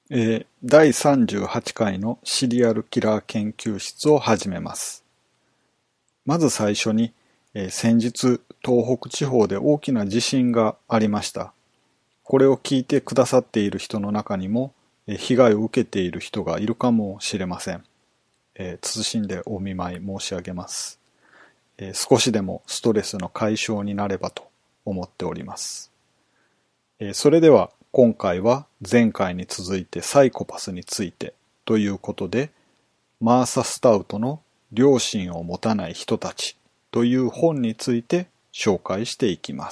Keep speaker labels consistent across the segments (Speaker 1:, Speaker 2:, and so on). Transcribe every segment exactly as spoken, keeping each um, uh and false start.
Speaker 1: えーだいさんじゅうはちかいのシリアルキラー研究室を始めます。まず最初に、えー先日東北地方で大きな地震がありました。これを聞いてくださっている人の中にも、えー被害を受けている人がいるかもしれません。えー謹んでお見舞い申し上げます。えー少しでもストレスの解消になればと思っております。えーそれでは今回は前回に続いてサイコパスについてということで、マーサ・スタウトの良心を持たない人たちという本について紹介していきます。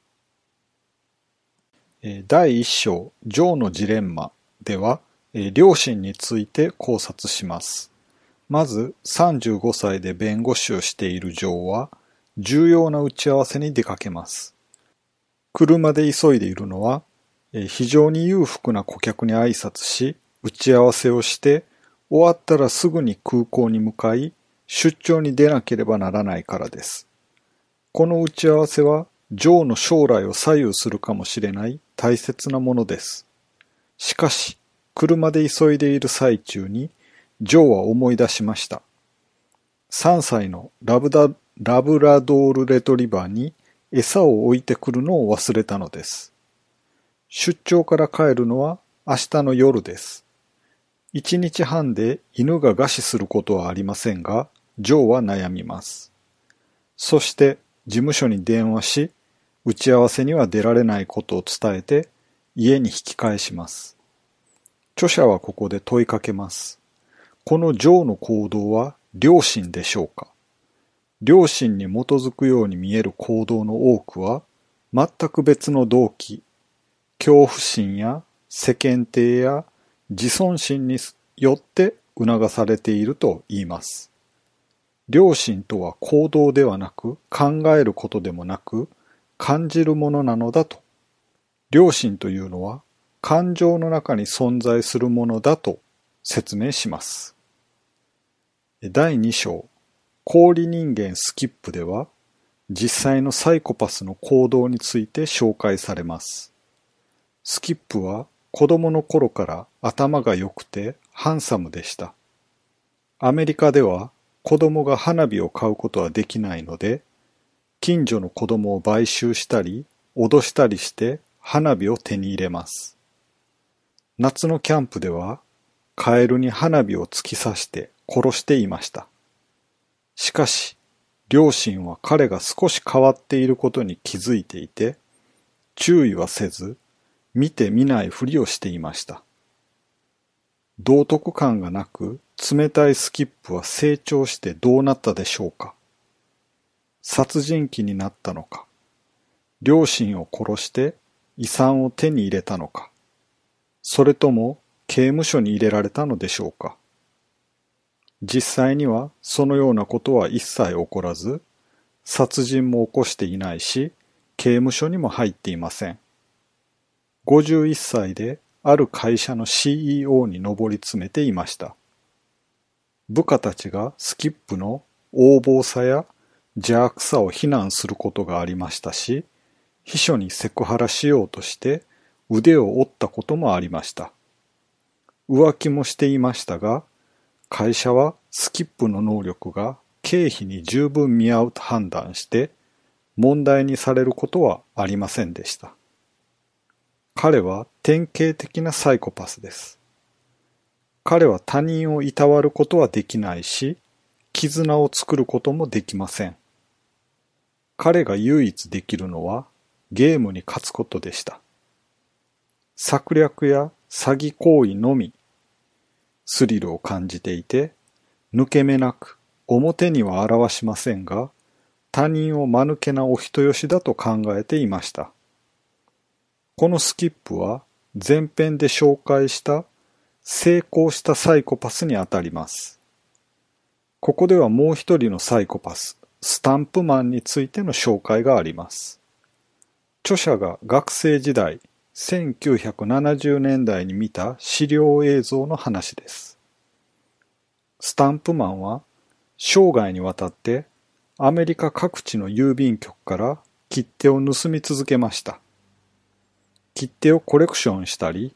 Speaker 1: えーだいいっ章、ジョーのジレンマでは、えー良心について考察します。まず、さんじゅうごさいで弁護士をしているジョーは、重要な打ち合わせに出かけます。車で急いでいるのは、えー非常に裕福な顧客に挨拶し、打ち合わせをして、終わったらすぐに空港に向かい、出張に出なければならないからです。この打ち合わせは、ジョーの将来を左右するかもしれない大切なものです。しかし、車で急いでいる最中に、ジョーは思い出しました。さんさいのラブダラブラドールレトリバーに餌を置いてくるのを忘れたのです。出張から帰るのは明日の夜です。一日半で犬が餓死することはありませんが、ジョーは悩みます。そして事務所に電話し、打ち合わせには出られないことを伝えて家に引き返します。著者はここで問いかけます。このジョーの行動は良心でしょうか？良心に基づくように見える行動の多くは、全く別の動機、恐怖心や世間体や自尊心によって促されていると言います。良心とは行動ではなく、考えることでもなく、感じるものなのだと。良心というのは、感情の中に存在するものだと説明します。だいに章、氷人間スキップでは、実際のサイコパスの行動について紹介されます。スキップは子供の頃から頭が良くてハンサムでした。アメリカでは子供が花火を買うことはできないので、近所の子供を買収したり、脅したりして花火を手に入れます。夏のキャンプでは、カエルに花火を突き刺して殺していました。しかし、両親は彼が少し変わっていることに気づいていて、注意はせず、見て見ないふりをしていました。道徳感がなく、冷たいスキップは成長してどうなったでしょうか。殺人鬼になったのか、両親を殺して遺産を手に入れたのか、それとも刑務所に入れられたのでしょうか。実際にはそのようなことは一切起こらず、殺人も起こしていないし、刑務所にも入っていません。ごじゅういっさいである会社の シーイーオー に上り詰めていました。部下たちがスキップの横暴さや邪悪さを非難することがありましたし、秘書にセクハラしようとして腕を折ったこともありました。浮気もしていましたが、会社はスキップの能力が経費に十分見合うと判断して問題にされることはありませんでした。彼は典型的なサイコパスです。彼は他人をいたわることはできないし、絆を作ることもできません。彼が唯一できるのはゲームに勝つことでした。策略や詐欺行為のみスリルを感じていて、抜け目なく表には表しませんが、他人を間抜けなお人よしだと考えていました。このスキップは前編で紹介した成功したサイコパスにあたります。ここではもう一人のサイコパス、スタンプマンについての紹介があります。著者が学生時代、せんきゅうひゃくななじゅうねんだいに見た資料映像の話です。スタンプマンは生涯にわたってアメリカ各地の郵便局から切手を盗み続けました。切手をコレクションしたり、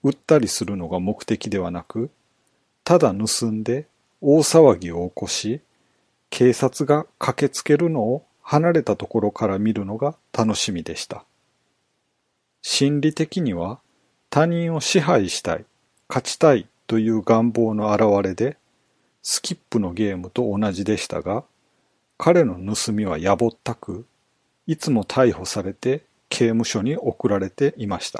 Speaker 1: 売ったりするのが目的ではなく、ただ盗んで大騒ぎを起こし、警察が駆けつけるのを離れたところから見るのが楽しみでした。心理的には他人を支配したい、勝ちたいという願望の表れで、スキップのゲームと同じでしたが、彼の盗みはやぼったく、いつも逮捕されて刑務所に送られていました。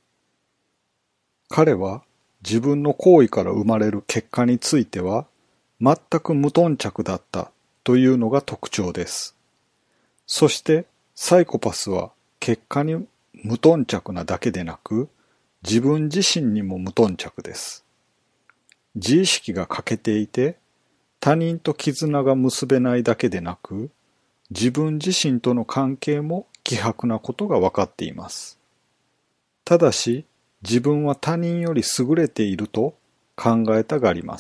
Speaker 1: 彼は自分の行為から生まれる結果については全く無頓着だったというのが特徴です。そしてサイコパスは結果に無頓着なだけでなく、自分自身にも無頓着です。自意識が欠けていて、他人と絆が結べないだけでなく、自分自身との関係も希薄なことが分かっています。ただし、自分は他人より優れていると考えたがります。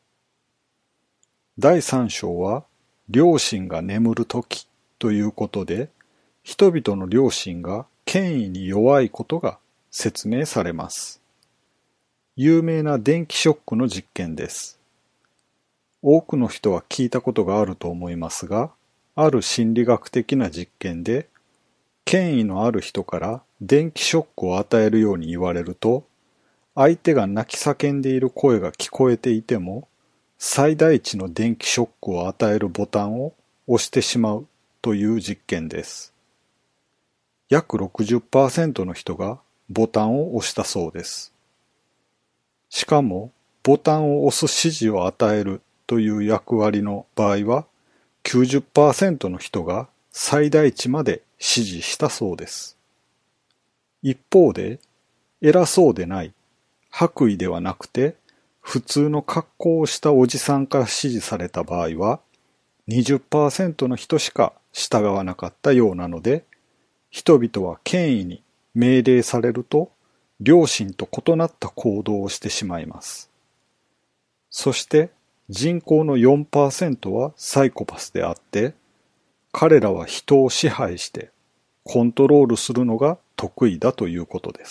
Speaker 1: だいさん章は、良心が眠るときということで、人々の良心が権威に弱いことが説明されます。有名な電気ショックの実験です。多くの人は聞いたことがあると思いますが、ある心理学的な実験で、権威のある人から電気ショックを与えるように言われると、相手が泣き叫んでいる声が聞こえていても、最大値の電気ショックを与えるボタンを押してしまうという実験です。約 ろくじゅっパーセント の人がボタンを押したそうです。しかも、ボタンを押す指示を与えるという役割の場合は、きゅうじゅっパーセント の人が最大値まで指示したそうです。一方で、偉そうでない、白衣ではなくて、普通の格好をしたおじさんから指示された場合は、にじゅっパーセント の人しか従わなかったようなので、人々は権威に命令されると、良心と異なった行動をしてしまいます。そして人口の よんパーセント はサイコパスであって、彼らは人を支配してコントロールするのが得意だということです。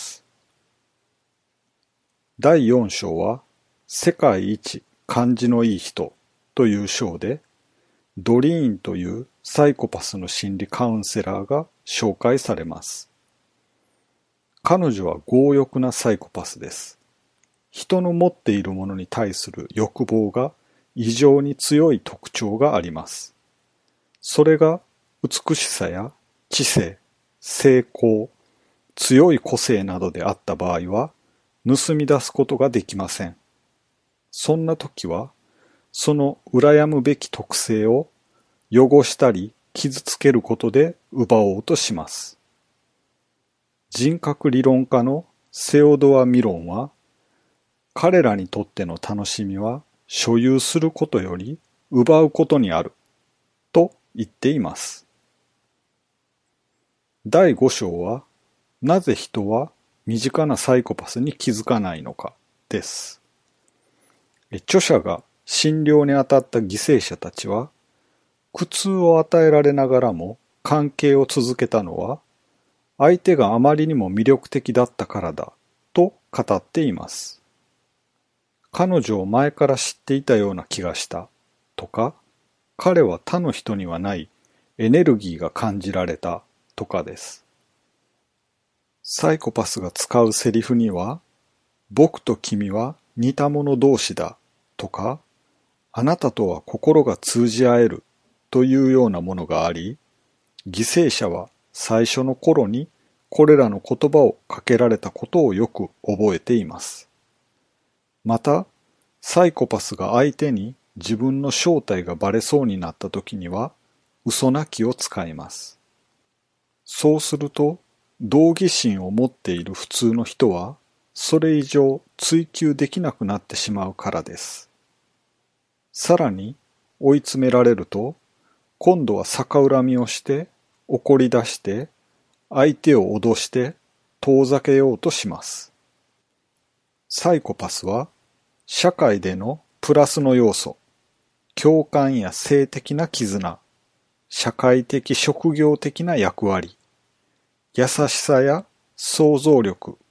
Speaker 1: だいよん章は世界一感じのいい人という章で、ドリーンというサイコパスの心理カウンセラーが紹介されます。彼女は強欲なサイコパスです。人の持っているものに対する欲望が異常に強い特徴があります。それが美しさや知性、成功、強い個性などであった場合は盗み出すことができません。そんな時はその羨むべき特性を汚したり傷つけることで奪おうとします。人格理論家のセオドア・ミロンは、彼らにとっての楽しみは所有することより奪うことにあると言っています。だいご章は、なぜ人は身近なサイコパスに気づかないのかです。著者が診療に当たった犠牲者たちは、苦痛を与えられながらも関係を続けたのは、相手があまりにも魅力的だったからだと語っています。彼女を前から知っていたような気がしたとか、彼は他の人にはないエネルギーが感じられたとかです。サイコパスが使うセリフには、僕と君は似た者同士だとか、あなたとは心が通じ合えるというようなものがあり、犠牲者は最初の頃にこれらの言葉をかけられたことをよく覚えています。また、サイコパスが相手に自分の正体がバレそうになった時には、嘘泣きを使います。そうすると、同義心を持っている普通の人は、それ以上追求できなくなってしまうからです。さらに、追い詰められると、今度は逆恨みをして、怒り出して、相手を脅して遠ざけようとします。サイコパスは社会でのプラスの要素、共感や性的な絆、社会的職業的な役割、優しさや想像力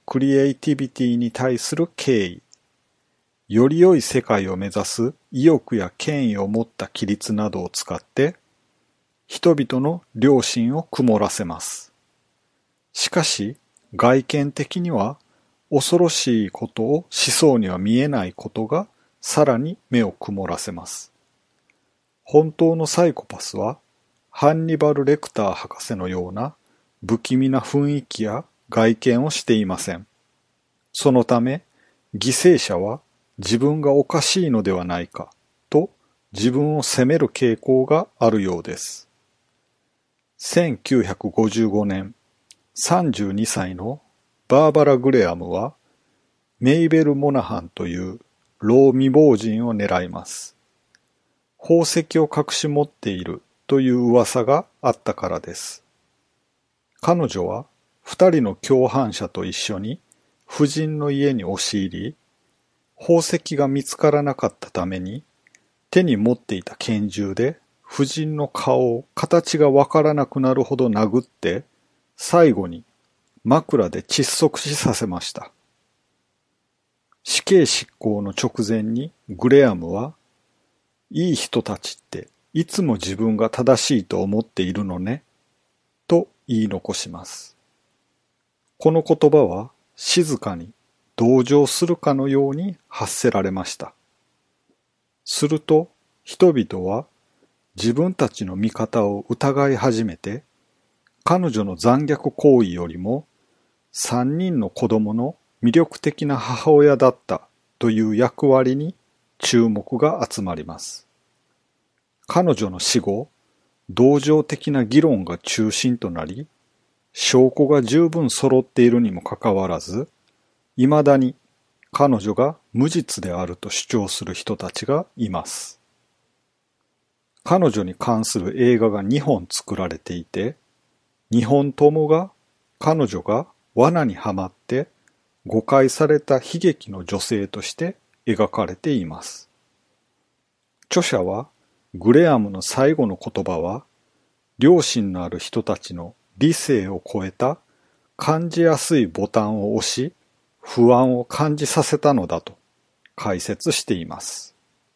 Speaker 1: クリエイティビティに対する敬意、より良い世界を目指す意欲や権威を持った規律などを使って、人々の良心を曇らせます。しかし、外見的には恐ろしいことをしそうには見えないことがさらに目を曇らせます。本当のサイコパスは、ハンニバル・レクター博士のような不気味な雰囲気や外見をしていません。そのため、犠牲者は自分がおかしいのではないかと自分を責める傾向があるようです。せんきゅうひゃくごじゅうごねん、さんじゅうにさいのバーバラ・グレアムはメイベル・モナハンという老未亡人を狙います。宝石を隠し持っているという噂があったからです。彼女は二人の共犯者と一緒に夫人の家に押し入り、宝石が見つからなかったために手に持っていた拳銃で夫人の顔を形がわからなくなるほど殴って最後に枕で窒息死させました。死刑執行の直前にグレアムは、いい人たちっていつも自分が正しいと思っているのね、と言い残します。この言葉は静かに同情するかのように発せられました。すると人々は自分たちの見方を疑い始めて、彼女の残虐行為よりも三人の子供の魅力的な母親だったという役割に注目が集まります。彼女の死後、同情的な議論が中心となり、証拠が十分揃っているにもかかわらず、未だに彼女が無実であると主張する人たちがいます。彼女に関する映画がにほん作られていて、にほんともが彼女が罠にはまって誤解された悲劇の女性として描かれています。著者はグレアムの最後の言葉は、良心のある人たちの理性を超えた感じやすいボタンを押し、不安を感じさせたのだと解説しています。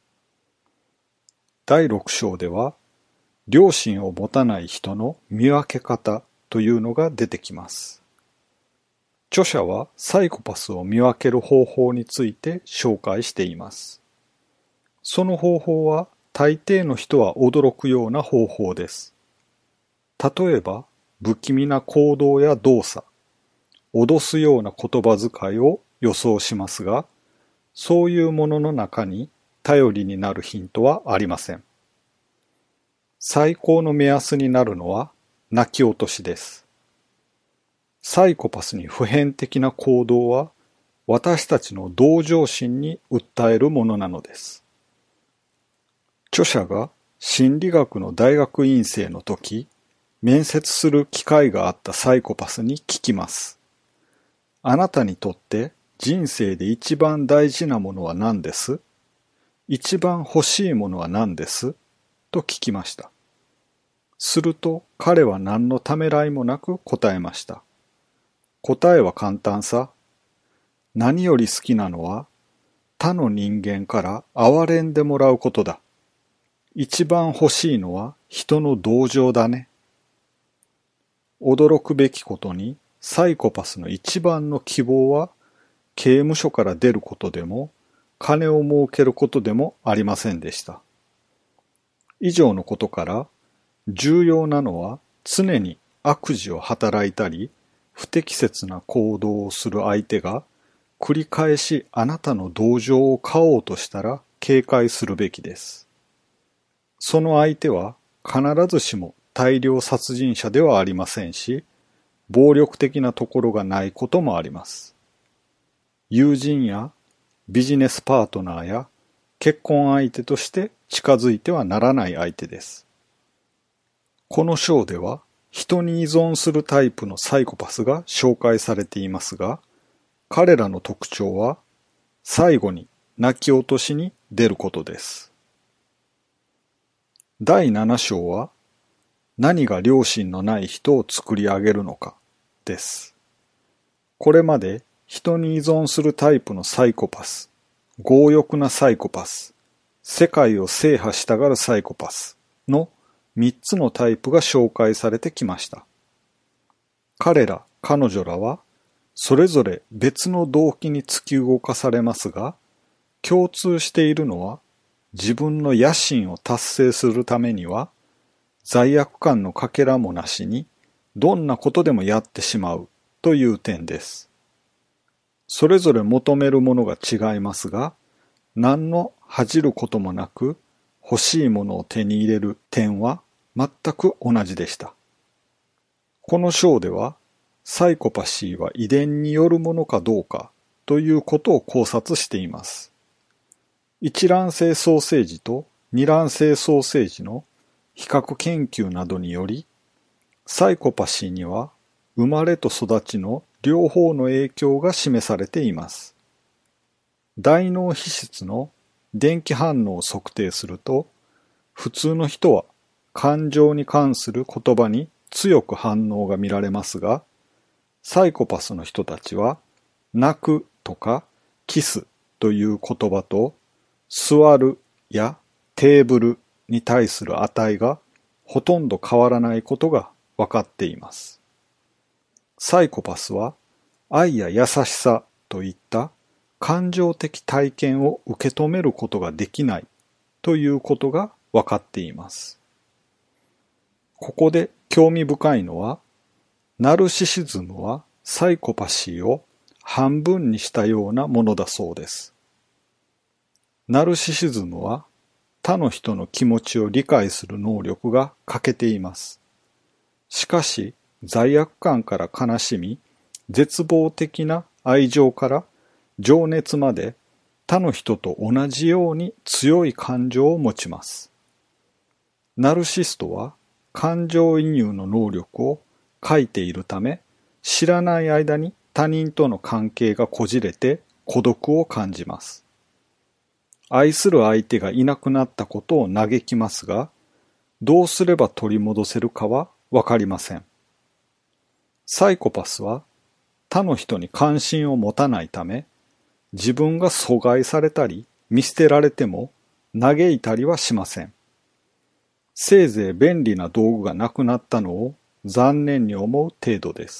Speaker 1: だいろく章では、良心を持たない人の見分け方というのが出てきます。著者はサイコパスを見分ける方法について紹介しています。その方法は大抵の人は驚くような方法です。例えば、不気味な行動や動作、脅すような言葉遣いを予想しますが、そういうものの中に頼りになるヒントはありません。最高の目安になるのは泣き落としです。サイコパスに普遍的な行動は私たちの同情心に訴えるものなのです。著者が心理学の大学院生の時、面接する機会があったサイコパスに聞きます。あなたにとって人生で一番大事なものは何です？一番欲しいものは何です？と聞きました。すると彼は何のためらいもなく答えました。答えは簡単さ。何より好きなのは他の人間から憐れんでもらうことだ。一番欲しいのは人の同情だね。驚くべきことにサイコパスの一番の希望は刑務所から出ることでも金を儲けることでもありませんでした。以上のことから重要なのは常に悪事を働いたり不適切な行動をする相手が繰り返しあなたの同情を買おうとしたら警戒するべきです。その相手は必ずしも大量殺人者ではありませんし、暴力的なところがないこともあります。友人やビジネスパートナーや結婚相手として近づいてはならない相手です。この章では人に依存するタイプのサイコパスが紹介されていますが、彼らの特徴は最後に泣き落としに出ることです。だいなな章は何が良心のない人を作り上げるのかです。これまで人に依存するタイプのサイコパス、強欲なサイコパス、世界を制覇したがるサイコパスのみっつのタイプが紹介されてきました。彼ら、彼女らは、それぞれ別の動機に突き動かされますが、共通しているのは、自分の野心を達成するためには、罪悪感のかけらもなしに、どんなことでもやってしまうという点です。それぞれ求めるものが違いますが、何の恥じることもなく、欲しいものを手に入れる点は全く同じでした。この章では、サイコパシーは遺伝によるものかどうかということを考察しています。一卵性双生児と二卵性双生児の比較研究などにより、サイコパシーには生まれと育ちの両方の影響が示されています。大脳皮質の電気反応を測定すると、普通の人は感情に関する言葉に強く反応が見られますが、サイコパスの人たちは、泣くとかキスという言葉と、座るやテーブルに対する値がほとんど変わらないことが分かっています。サイコパスは愛や優しさといった感情的体験を受け止めることができないということが分かっています。ここで興味深いのは、ナルシシズムはサイコパシーを半分にしたようなものだそうです。ナルシシズムは他の人の気持ちを理解する能力が欠けています。しかし、罪悪感から悲しみ、絶望的な愛情から情熱まで他の人と同じように強い感情を持ちます。ナルシストは感情移入の能力を欠いているため、知らない間に他人との関係がこじれて孤独を感じます。愛する相手がいなくなったことを嘆きますが、どうすれば取り戻せるかはわかりません。サイコパスは他の人に関心を持たないため、自分が阻害されたり見捨てられても嘆いたりはしません。せいぜい便利な道具がなくなったのを残念に思う程度です。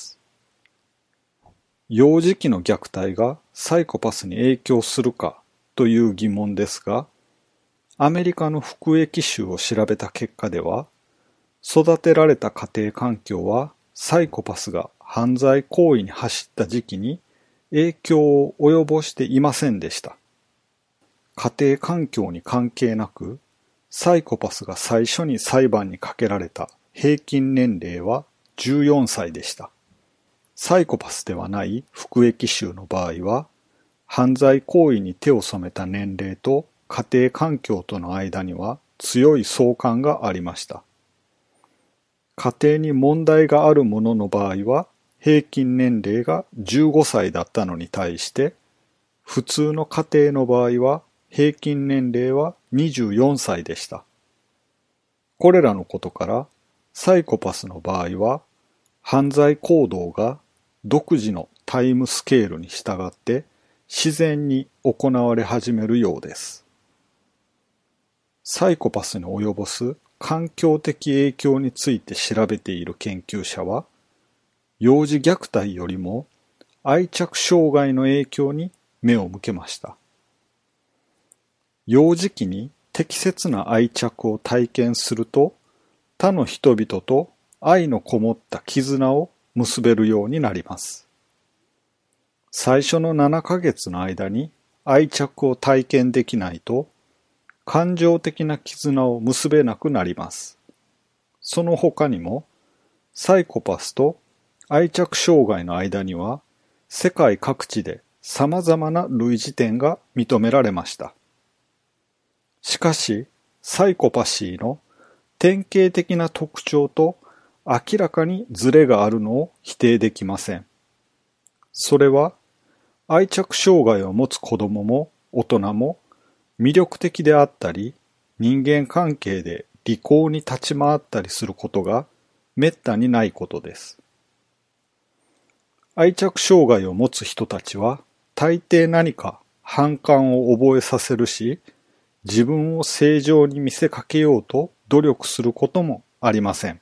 Speaker 1: 幼児期の虐待がサイコパスに影響するかという疑問ですが、アメリカの服役囚を調べた結果では、育てられた家庭環境はサイコパスが犯罪行為に走った時期に影響を及ぼしていませんでした。家庭環境に関係なく、サイコパスが最初に裁判にかけられた平均年齢はじゅうよんさいでした。サイコパスではない服役囚の場合は、犯罪行為に手を染めた年齢と家庭環境との間には強い相関がありました。家庭に問題がある者の場合は、平均年齢がじゅうごさいだったのに対して、普通の家庭の場合は平均年齢はにじゅうよんさいでした。これらのことから、サイコパスの場合は、犯罪行動が独自のタイムスケールに従って自然に行われ始めるようです。サイコパスに及ぼす環境的影響について調べている研究者は、幼児虐待よりも愛着障害の影響に目を向けました。幼児期に適切な愛着を体験すると、他の人々と愛のこもった絆を結べるようになります。最初のななかげつの間に愛着を体験できないと、感情的な絆を結べなくなります。その他にも、サイコパスと愛着障害の間には、世界各地で様々な類似点が認められました。しかし、サイコパシーの典型的な特徴と明らかにズレがあるのを否定できません。それは、愛着障害を持つ子供も大人も魅力的であったり、人間関係で利口に立ち回ったりすることが滅多にないことです。 愛着障害を持つ人たちは大抵何か反感を覚えさせるし、自分を正常に見せかけようと努力することもありません。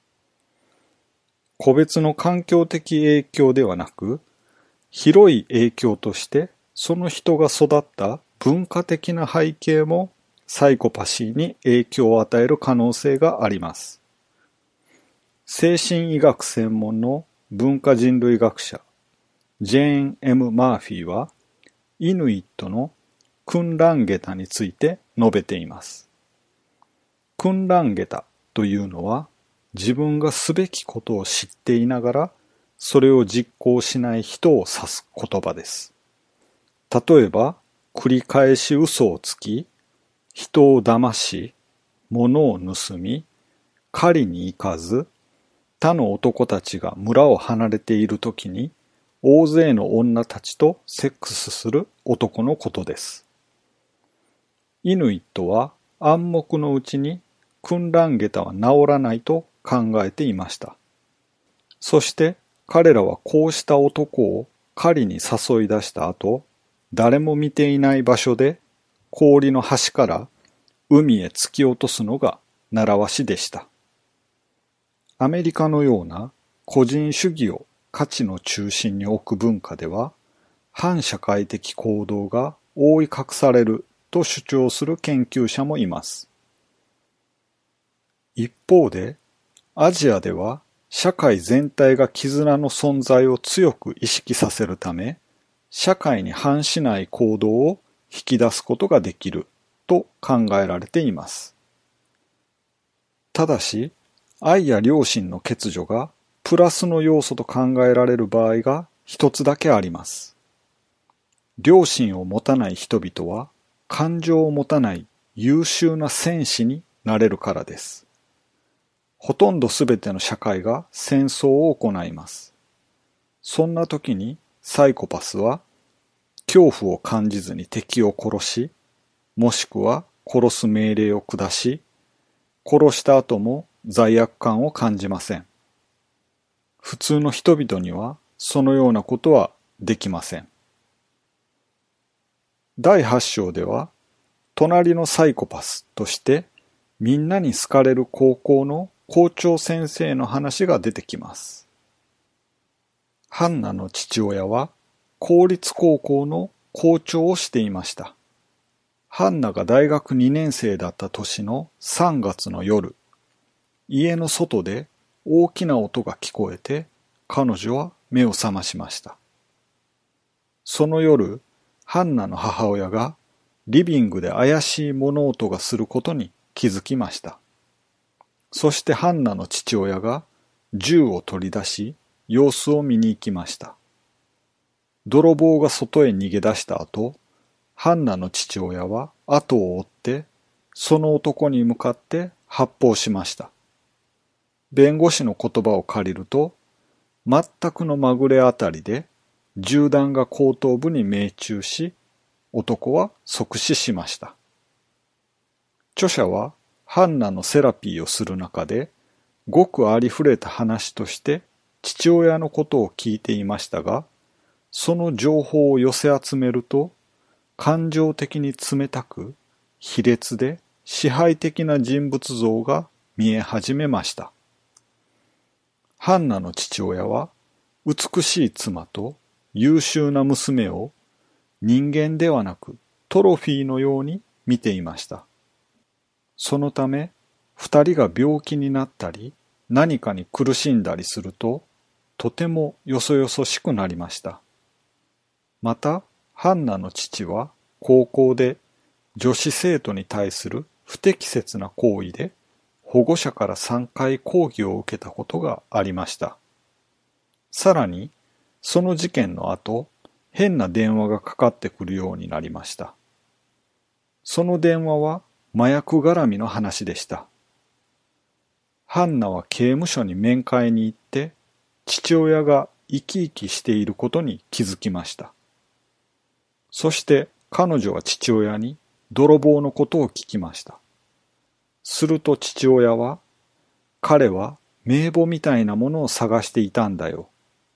Speaker 1: 個別の環境的影響ではなく、広い影響としてその人が育った文化的な背景もサイコパシーに影響を与える可能性があります。精神医学専門の文化人類学者ジェーン・エム・マーフィーはイヌイットのクンランゲタについて述べています。クンランゲタというのは自分がすべきことを知っていながらそれを実行しない人を指す言葉です。例えば繰り返し嘘をつき、人を騙し、物を盗み、狩りに行かず、他の男たちが村を離れているときに大勢の女たちとセックスする男のことです。イヌイットは暗黙のうちにクンランゲタは治らないと考えていました。そして彼らはこうした男を狩りに誘い出した後、誰も見ていない場所で氷の端から海へ突き落とすのが習わしでした。アメリカのような個人主義を価値の中心に置く文化では、反社会的行動が覆い隠されると主張する研究者もいます。一方で、アジアでは社会全体が絆の存在を強く意識させるため、社会に反しない行動を引き出すことができると考えられています。ただし、愛や良心の欠如がプラスの要素と考えられる場合が一つだけあります。良心を持たない人々は感情を持たない優秀な戦士になれるからです。ほとんどすべての社会が戦争を行います。そんな時にサイコパスは恐怖を感じずに敵を殺し、もしくは殺す命令を下し、殺した後も罪悪感を感じません。普通の人々にはそのようなことはできません。だいはち章では、隣のサイコパスとしてみんなに好かれる高校の校長先生の話が出てきます。ハンナの父親は公立高校の校長をしていました。ハンナが大学にねん生だった年のさんがつの夜、家の外で大きな音が聞こえて、彼女は目を覚ましました。その夜、ハンナの母親がリビングで怪しい物音がすることに気づきました。そしてハンナの父親が銃を取り出し、様子を見に行きました。泥棒が外へ逃げ出した後、ハンナの父親は後を追って、その男に向かって発砲しました。弁護士の言葉を借りると、全くのまぐれあたりで銃弾が後頭部に命中し、男は即死しました。著者はハンナのセラピーをする中で、ごくありふれた話として父親のことを聞いていましたが、その情報を寄せ集めると、感情的に冷たく、卑劣で支配的な人物像が見え始めました。ハンナの父親は、美しい妻と優秀な娘を人間ではなくトロフィーのように見ていました。そのため、二人が病気になったり、何かに苦しんだりすると、とてもよそよそしくなりました。また、ハンナの父は高校で女子生徒に対する不適切な行為で保護者からさんかい抗議を受けたことがありました。さらに、その事件の後、変な電話がかかってくるようになりました。その電話は麻薬絡みの話でした。ハンナは刑務所に面会に行って、父親が生き生きしていることに気づきました。そして彼女は父親に泥棒のことを聞きました。すると父親は、彼は名簿みたいなものを探していたんだよ、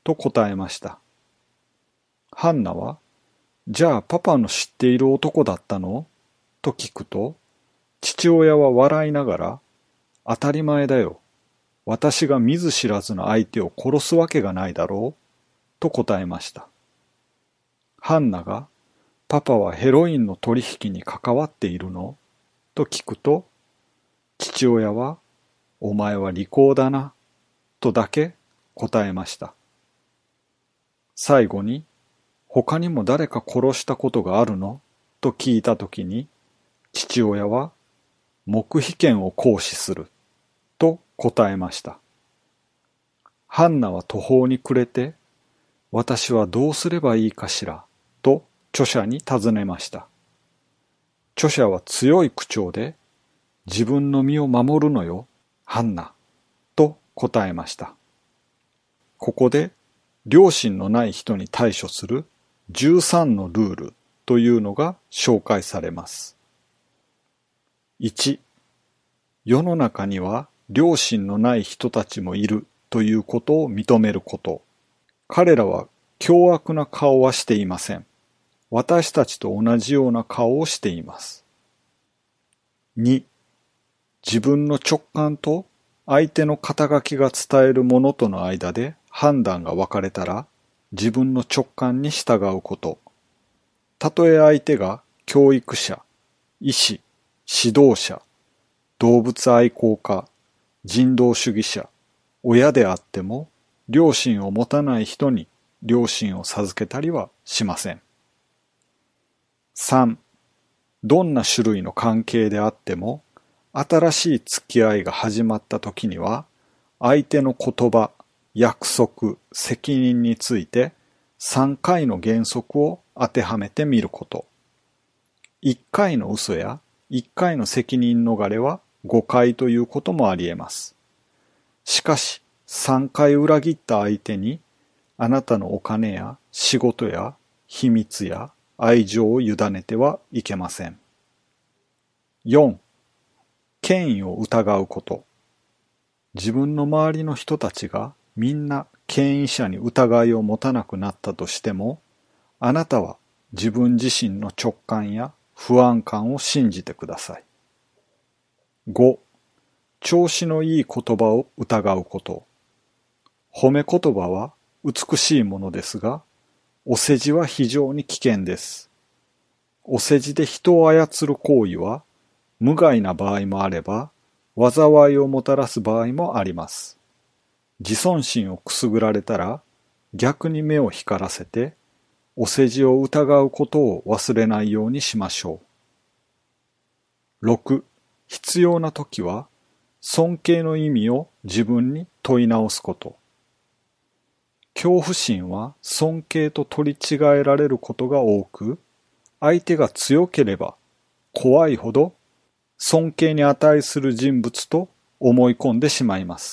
Speaker 1: と答えました。ハンナは、じゃあパパの知っている男だったのと聞くと、父親は笑いながら、当たり前だよ。私が見ず知らずの相手を殺すわけがないだろうと答えました。ハンナが、パパはヘロインの取引に関わっているのと聞くと、父親は、お前は利口だな、とだけ答えました。最後に、他にも誰か殺したことがあるのと聞いたときに、父親は、黙秘権を行使する、と答えました。ハンナは途方に暮れて、私はどうすればいいかしら、と著者に尋ねました。著者は強い口調で、自分の身を守るのよ、ハンナ、と答えました。ここで、良心のない人に対処するじゅうさんのルールというのが紹介されます。いち、世の中には良心のない人たちもいるということを認めること。彼らは凶悪な顔はしていません。私たちと同じような顔をしています。に、自分の直感と相手の肩書きが伝えるものとの間で判断が分かれたら、自分の直感に従うこと。たとえ相手が教育者、医師、指導者、動物愛好家、人道主義者、親であっても、良心を持たない人に良心を授けたりはしません。さん、どんな種類の関係であっても、新しい付き合いが始まった時には、相手の言葉、約束、責任についてさんかいの原則を当てはめてみること。いっかいの嘘やいっかいの責任逃れは誤解ということもあり得ます。しかし、さんかい裏切った相手に、あなたのお金や仕事や秘密や愛情を委ねてはいけません。よん、権威を疑うこと。自分の周りの人たちがみんな権威者に疑いを持たなくなったとしても、あなたは自分自身の直感や不安感を信じてください。ご、調子のいい言葉を疑うこと。褒め言葉は美しいものですが、お世辞は非常に危険です。お世辞で人を操る行為は、無害な場合もあれば、災いをもたらす場合もあります。自尊心をくすぐられたら、逆に目を光らせて、お世辞を疑うことを忘れないようにしましょう。ろく、必要な時は、尊敬の意味を自分に問い直すこと。恐怖心は尊敬と取り違えられることが多く、相手が強ければ怖いほど尊敬に値する人物と思い込んでしまいます。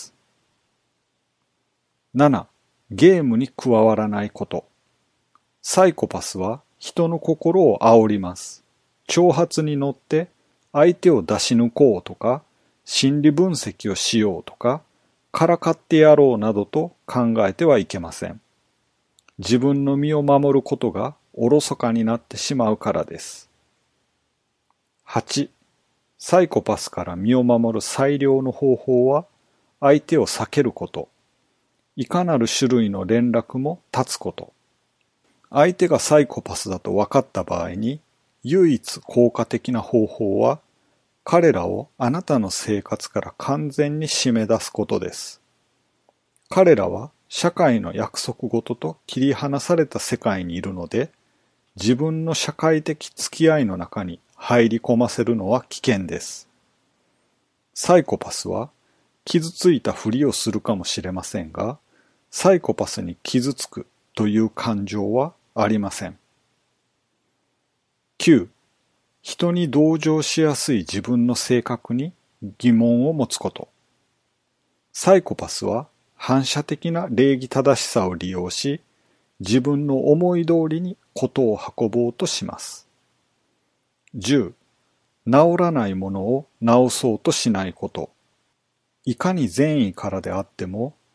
Speaker 1: なな、ゲームに加わらないこと。サイコパスは人の心を煽ります。挑発に乗って相手を出し抜こうとか、心理分析をしようとか、からかってやろうなどと考えてはいけません。自分の身を守ることがおろそかになってしまうからです。はち、サイコパスから身を守る最良の方法は、相手を避けること。いかなる種類の連絡も断つこと。相手がサイコパスだと分かった場合に、唯一効果的な方法は、彼らをあなたの生活から完全に締め出すことです。彼らは社会の約束事と切り離された世界にいるので、自分の社会的付き合いの中に入り込ませるのは危険です。サイコパスは傷ついたふりをするかもしれませんが、サイコパスに傷つくという感情はありません。きゅう、人に同情しやすい自分の性格に疑問を持つこと。サイコパスは反射的な礼儀正しさを利用し、自分の思い通りに事を運ぼうとします。じゅう、治らないものを治そうとしないこと。いかに善意からであっても、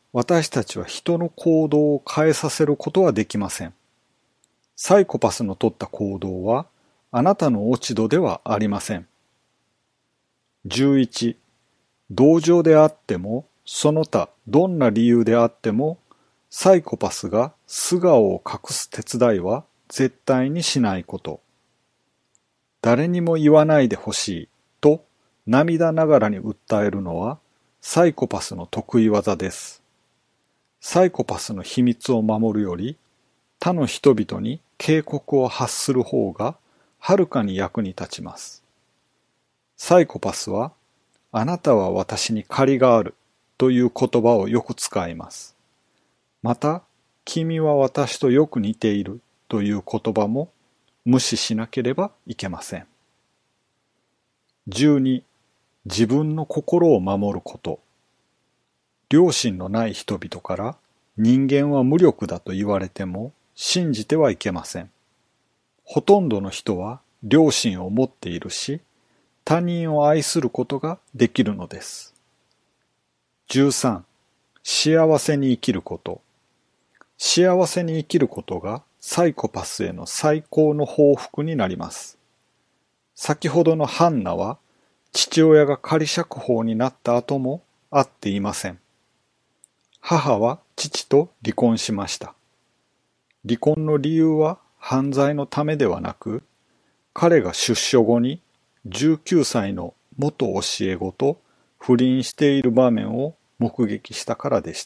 Speaker 1: 私たちは人の行動を変えさせることはできません。サイコパスの取った行動はあなたの落ち度ではありません。じゅういち、同情であっても、その他どんな理由であっても、サイコパスが素顔を隠す手伝いは絶対にしないこと。誰にも言わないでほしいと涙ながらに訴えるのはサイコパスの得意技です。サイコパスの秘密を守るより、他の人々に警告を発する方がはるかに役に立ちます。サイコパスは、あなたは私に借りがあるという言葉をよく使います。また、君は私とよく似ているという言葉も無視しなければいけません。じゅうに、自分の心を守ること。良心のない人々から人間は無力だと言われても信じてはいけません。ほとんどの人は良心を持っているし、他人を愛することができるのです。じゅうさん、幸せに生きること。幸せに生きることがサイコパスへの最高の報復になります。先ほどのハンナは父親が仮釈放になった後も会っていません。母は父と離婚しました。離婚の理由は犯罪のためではなく、彼が出所後にじゅうきゅうさいの元教え子と不倫している場面を目撃したからでした。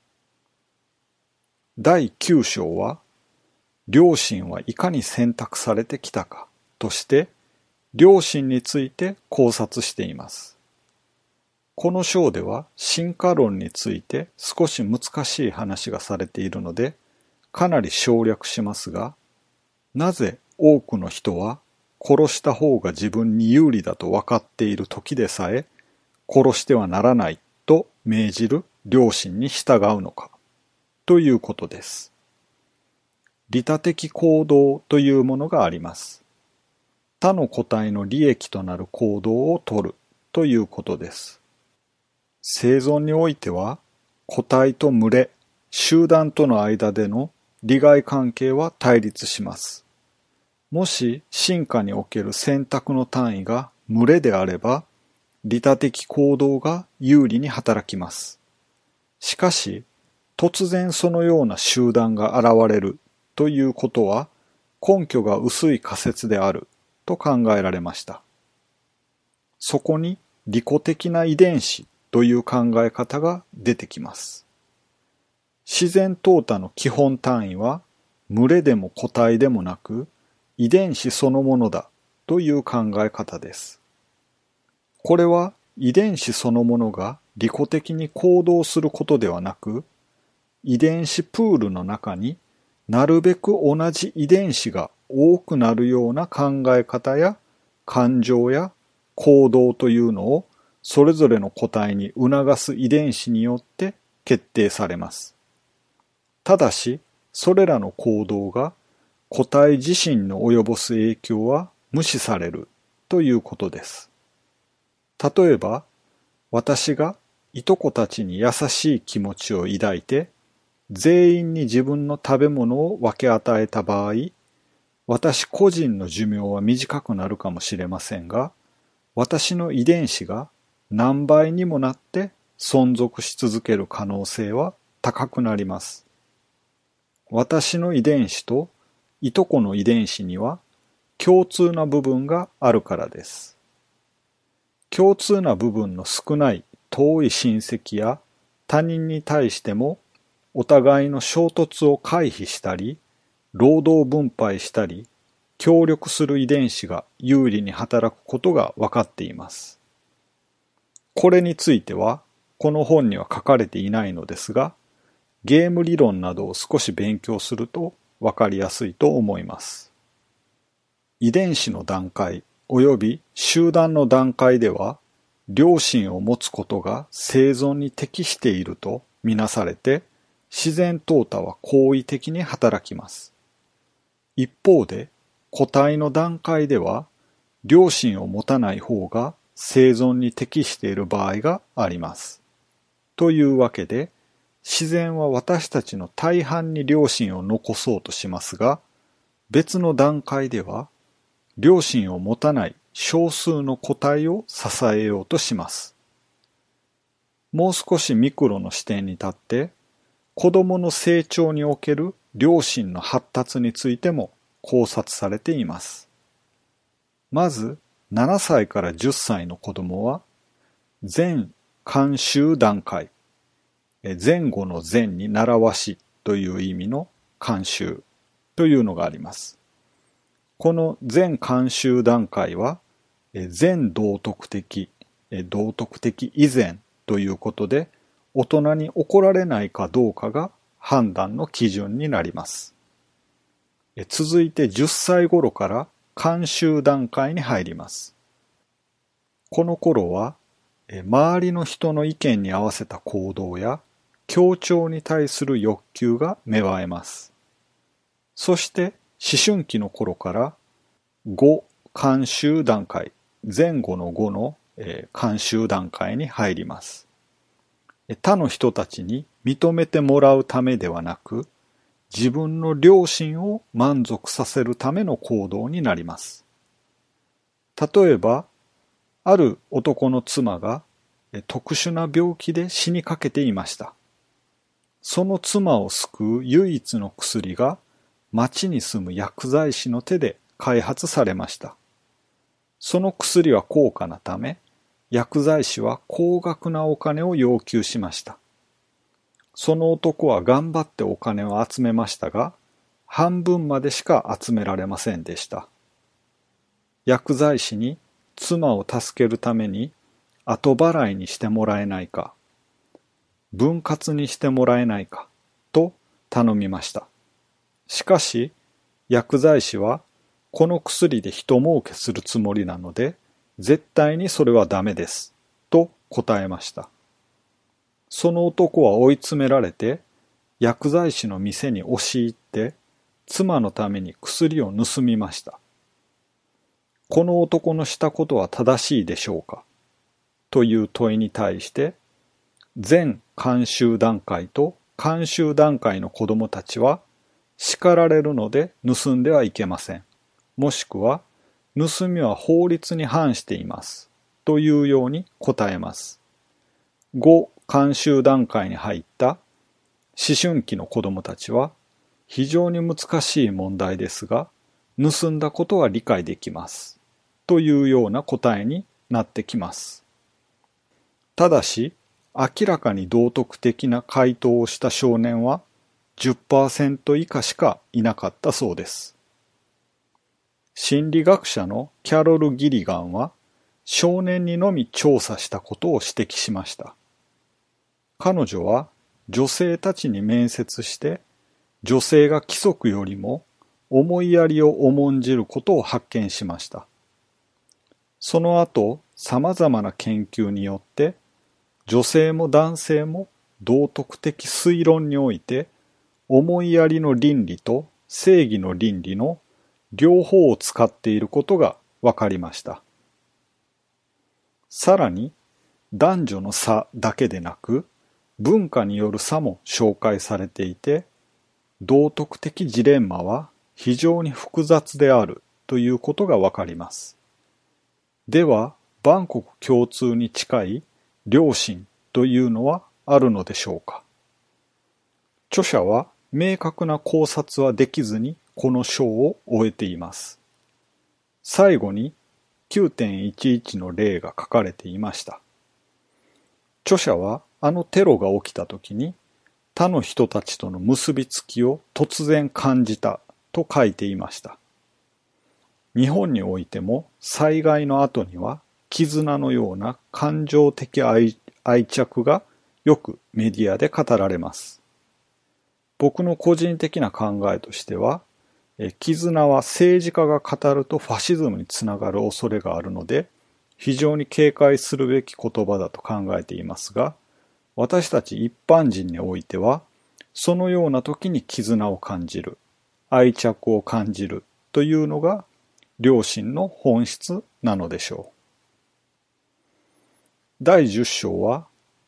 Speaker 1: だいきゅう章は、良心はいかに選択されてきたかとして、良心について考察しています。この章では進化論について少し難しい話がされているので、かなり省略しますが、なぜ多くの人は殺した方が自分に有利だと分かっている時でさえ、殺してはならないと命じる良心に従うのか、ということです。利他的行動というものがあります。他の個体の利益となる行動をとるということです。生存においては、個体と群れ、集団との間での利害関係は対立します。もし進化における選択の単位が群れであれば、利他的行動が有利に働きます。しかし、突然そのような集団が現れるということは根拠が薄い仮説であると考えられました。そこに利己的な遺伝子という考え方が出てきます。自然淘汰の基本単位は群れでも個体でもなく遺伝子そのものだという考え方です。これは遺伝子そのものが利己的に行動することではなく、遺伝子プールの中になるべく同じ遺伝子が多くなるような考え方や感情や行動というのをそれぞれの個体に促す遺伝子によって決定されます。ただし、それらの行動が個体自身に及ぼす影響は無視されるということです。例えば、私がいとこたちに優しい気持ちを抱いて、全員に自分の食べ物を分け与えた場合、私個人の寿命は短くなるかもしれませんが、私の遺伝子が何倍にもなって存続し続ける可能性は高くなります。私の遺伝子といとこの遺伝子には共通な部分があるからです。共通な部分の少ない遠い親戚や他人に対してもお互いの衝突を回避したり、労働分配したり、協力する遺伝子が有利に働くことが分かっています。これについては、この本には書かれていないのですが、ゲーム理論などを少し勉強すると分かりやすいと思います。遺伝子の段階及び集団の段階では、良心を持つことが生存に適しているとみなされて、自然淘汰は好意的に働きます。一方で、個体の段階では、良心を持たない方が生存に適している場合があります。というわけで、 自然は私たちの大半に良心を残そうとしますが、別の段階では、良心を持たない少数の個体を支えようとします。もう少しミクロの視点に立って、子供の成長における良心の発達についても考察されています。まず、ななさいからじゅっさいの子供は、前慣習段階、前後の前に習わしという意味の慣習というのがあります。この前慣習段階は、前道徳的、道徳的以前ということで、大人に怒られないかどうかが判断の基準になります。続いてじゅっさい頃から慣習段階に入ります。この頃は、周りの人の意見に合わせた行動や協調に対する欲求が芽生えます。そして思春期の頃から後慣習段階、前後の後の慣習段階に入ります。他の人たちに認めてもらうためではなく、自分の良心を満足させるための行動になります。例えば、ある男の妻が特殊な病気で死にかけていました。その妻を救う唯一の薬が町に住む薬剤師の手で開発されました。その薬は高価なため、薬剤師は高額なお金を要求しました。その男は頑張ってお金を集めましたが、半分までしか集められませんでした。薬剤師に妻を助けるために後払いにしてもらえないか、分割にしてもらえないかと頼みました。しかし薬剤師はこの薬で人儲けするつもりなので絶対にそれはダメですと答えました。その男は追い詰められて薬剤師の店に押し入って妻のために薬を盗みました。この男のしたことは正しいでしょうかという問いに対して前慣習段階と慣習段階の子供たちは叱られるので盗んではいけません。もしくは盗みは法律に反していますというように答えます。後慣習段階に入った思春期の子供たちは非常に難しい問題ですが盗んだことは理解できますというような答えになってきます。ただし明らかに道徳的な回答をした少年は じゅっパーセント 以下しかいなかったそうです。心理学者のキャロル・ギリガンは少年にのみ調査したことを指摘しました。彼女は女性たちに面接して女性が規則よりも思いやりを重んじることを発見しました。その後、様々な研究によって女性も男性も道徳的推論において思いやりの倫理と正義の倫理の両方を使っていることが分かりました。さらに男女の差だけでなく文化による差も紹介されていて道徳的ジレンマは非常に複雑であるということが分かります。では万国共通に近い良心というのはあるのでしょうか。著者は明確な考察はできずにこの章を終えています。最後に きゅうてんいちいち の例が書かれていました。著者はあのテロが起きた時に他の人たちとの結びつきを突然感じたと書いていました。日本においても災害の後には絆のような感情的 愛, 愛着がよくメディアで語られます。僕の個人的な考えとしては、絆は政治家が語るとファシズムにつながる恐れがあるので、非常に警戒するべき言葉だと考えていますが、私たち一般人においては、そのような時に絆を感じる、愛着を感じるというのが良心の本質なのでしょう。だいじゅっ章は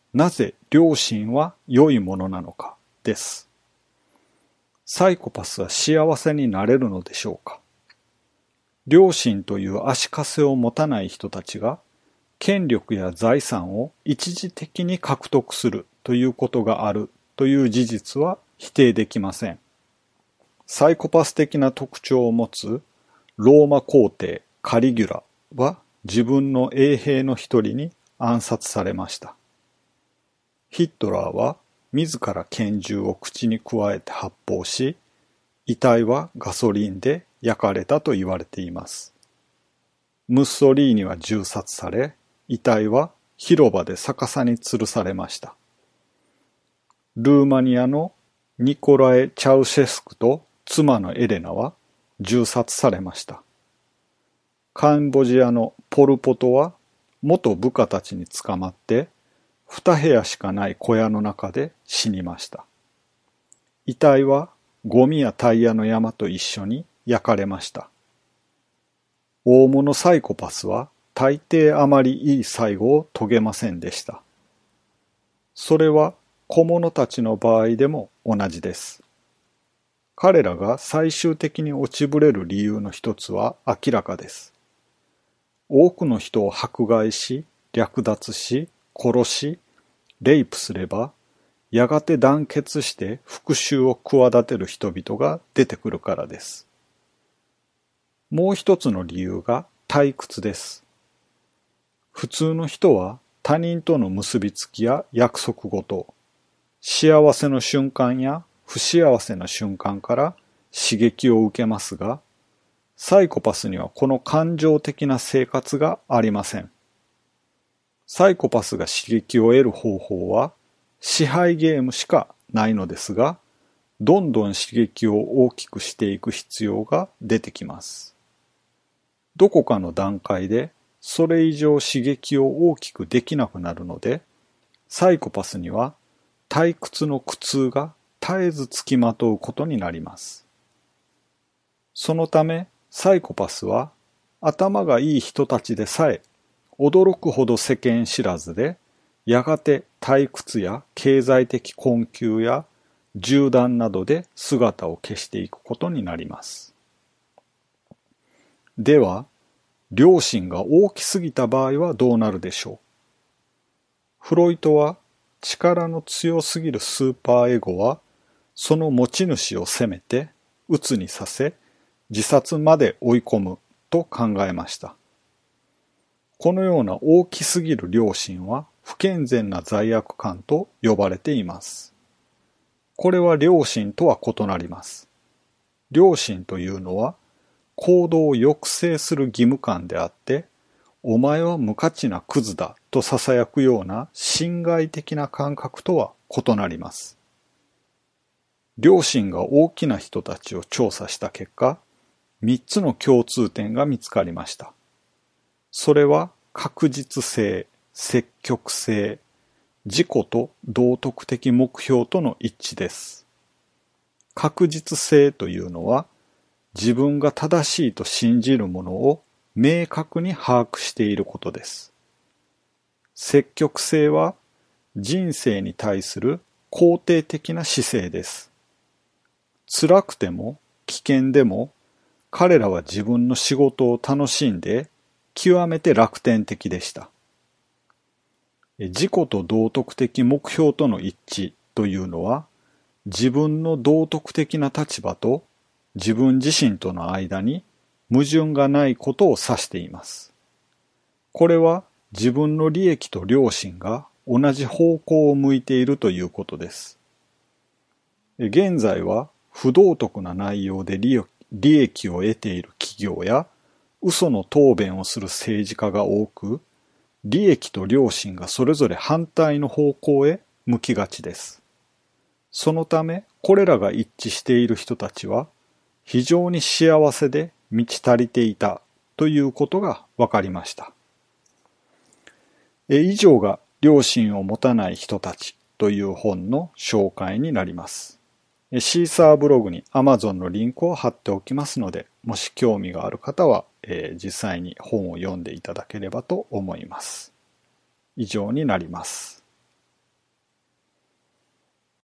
Speaker 1: なぜ良心は良いものなのかです。サイコパスは幸せになれるのでしょうか。良心という足かせを持たない人たちが権力や財産を一時的に獲得するということがあるという事実は否定できません。サイコパス的な特徴を持つローマ皇帝カリギュラは自分の衛兵の一人に暗殺されました。ヒットラーは自ら拳銃を口にくわえて発砲し、遺体はガソリンで焼かれたと言われています。ムッソリーニは銃殺され、遺体は広場で逆さに吊るされました。ルーマニアのニコラエ・チャウシェスクと妻のエレナは銃殺されました。カンボジアのポル・ポトは元部下たちに捕まって二部屋しかない小屋の中で死にました。遺体はゴミやタイヤの山と一緒に焼かれました。大物サイコパスは大抵あまりいい最後を遂げませんでした。それは小物たちの場合でも同じです。彼らが最終的に落ちぶれる理由の一つは明らかです。多くの人を迫害し、略奪し、殺し、レイプすれば、やがて団結して復讐を企てる人々が出てくるからです。もう一つの理由が退屈です。普通の人は他人との結びつきや約束事、幸せの瞬間や不幸せな瞬間から刺激を受けますが、サイコパスにはこの感情的な生活がありません。サイコパスが刺激を得る方法は支配ゲームしかないのですが、どんどん刺激を大きくしていく必要が出てきます。どこかの段階でそれ以上刺激を大きくできなくなるので、サイコパスには退屈の苦痛が絶えずつきまとうことになります。そのため、サイコパスは頭がいい人たちでさえ驚くほど世間知らずで、やがて退屈や経済的困窮や銃弾などで姿を消していくことになります。では、良心が大きすぎた場合はどうなるでしょう。フロイトは力の強すぎるスーパーエゴはその持ち主を責めて鬱にさせ自殺まで追い込むと考えました。このような大きすぎる良心は不健全な罪悪感と呼ばれています。これは良心とは異なります。良心というのは行動を抑制する義務感であって、お前は無価値なクズだと囁くような侵害的な感覚とは異なります。良心が大きな人たちを調査した結果、三つの共通点が見つかりました。それは確実性、積極性、自己と道徳的目標との一致です。確実性というのは、自分が正しいと信じるものを明確に把握していることです。積極性は人生に対する肯定的な姿勢です。辛くても危険でも彼らは自分の仕事を楽しんで極めて楽天的でした。自己と道徳的目標との一致というのは自分の道徳的な立場と自分自身との間に矛盾がないことを指しています。これは自分の利益と良心が同じ方向を向いているということです。現在は不道徳な内容で利益を得ている企業や嘘の答弁をする政治家が多く、利益と良心がそれぞれ反対の方向へ向きがちです。そのため、これらが一致している人たちは非常に幸せで満ち足りていたということが分かりました。以上が良心を持たない人たちという本の紹介になります。シーサーブログに Amazon のリンクを貼っておきますので、もし興味がある方は、えー、実際に本を読んでいただければと思います。以上になります。